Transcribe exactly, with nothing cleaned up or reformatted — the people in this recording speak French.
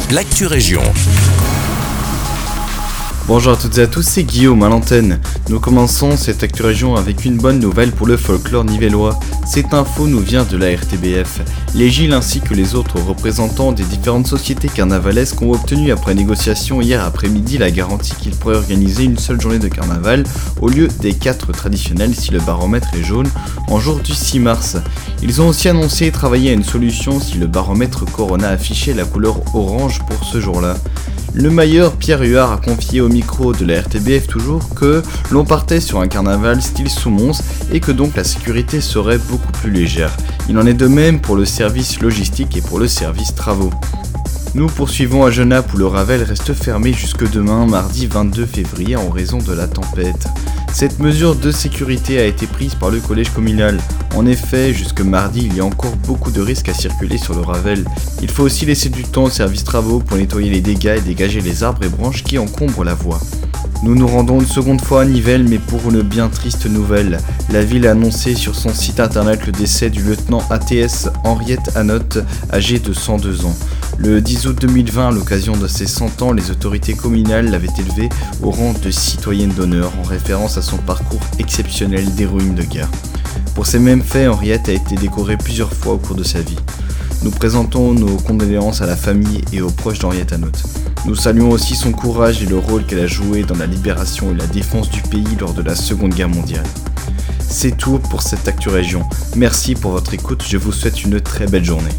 l'actu région. Bonjour à toutes et à tous, c'est Guillaume à l'antenne. Nous commençons cette actu région avec une bonne nouvelle pour le folklore nivellois. Cette info nous vient de la R T B F. Les Gilles ainsi que les autres représentants des différentes sociétés carnavalesques ont obtenu après négociation hier après-midi la garantie qu'ils pourraient organiser une seule journée de carnaval au lieu des quatre traditionnels si le baromètre est jaune en jour du six mars. Ils ont aussi annoncé travailler à une solution si le baromètre Corona affichait la couleur orange pour ce jour-là. Le mailleur Pierre Huard a confié au micro de la R T B F toujours que l'on partait sur un carnaval style Soumons et que donc la sécurité serait beaucoup plus légère. Il en est de même pour le service logistique et pour le service travaux. Nous poursuivons à Genappe où le Ravel reste fermé jusque demain, mardi vingt-deux février, en raison de la tempête. Cette mesure de sécurité a été prise par le collège communal. En effet, jusque mardi, il y a encore beaucoup de risques à circuler sur le Ravel. Il faut aussi laisser du temps au service travaux pour nettoyer les dégâts et dégager les arbres et branches qui encombrent la voie. Nous nous rendons une seconde fois à Nivelles, mais pour une bien triste nouvelle. La ville a annoncé sur son site internet le décès du lieutenant A T S Henriette Hanotte, âgé de cent deux ans. Le dix août deux mille vingt, à l'occasion de ses cent ans, les autorités communales l'avaient élevée au rang de citoyenne d'honneur, en référence à son parcours exceptionnel d'héroïne de guerre. Pour ces mêmes faits, Henriette a été décorée plusieurs fois au cours de sa vie. Nous présentons nos condoléances à la famille et aux proches d'Henriette Hanotte. Nous saluons aussi son courage et le rôle qu'elle a joué dans la libération et la défense du pays lors de la Seconde Guerre mondiale. C'est tout pour cette Actu Région. Merci pour votre écoute, je vous souhaite une très belle journée.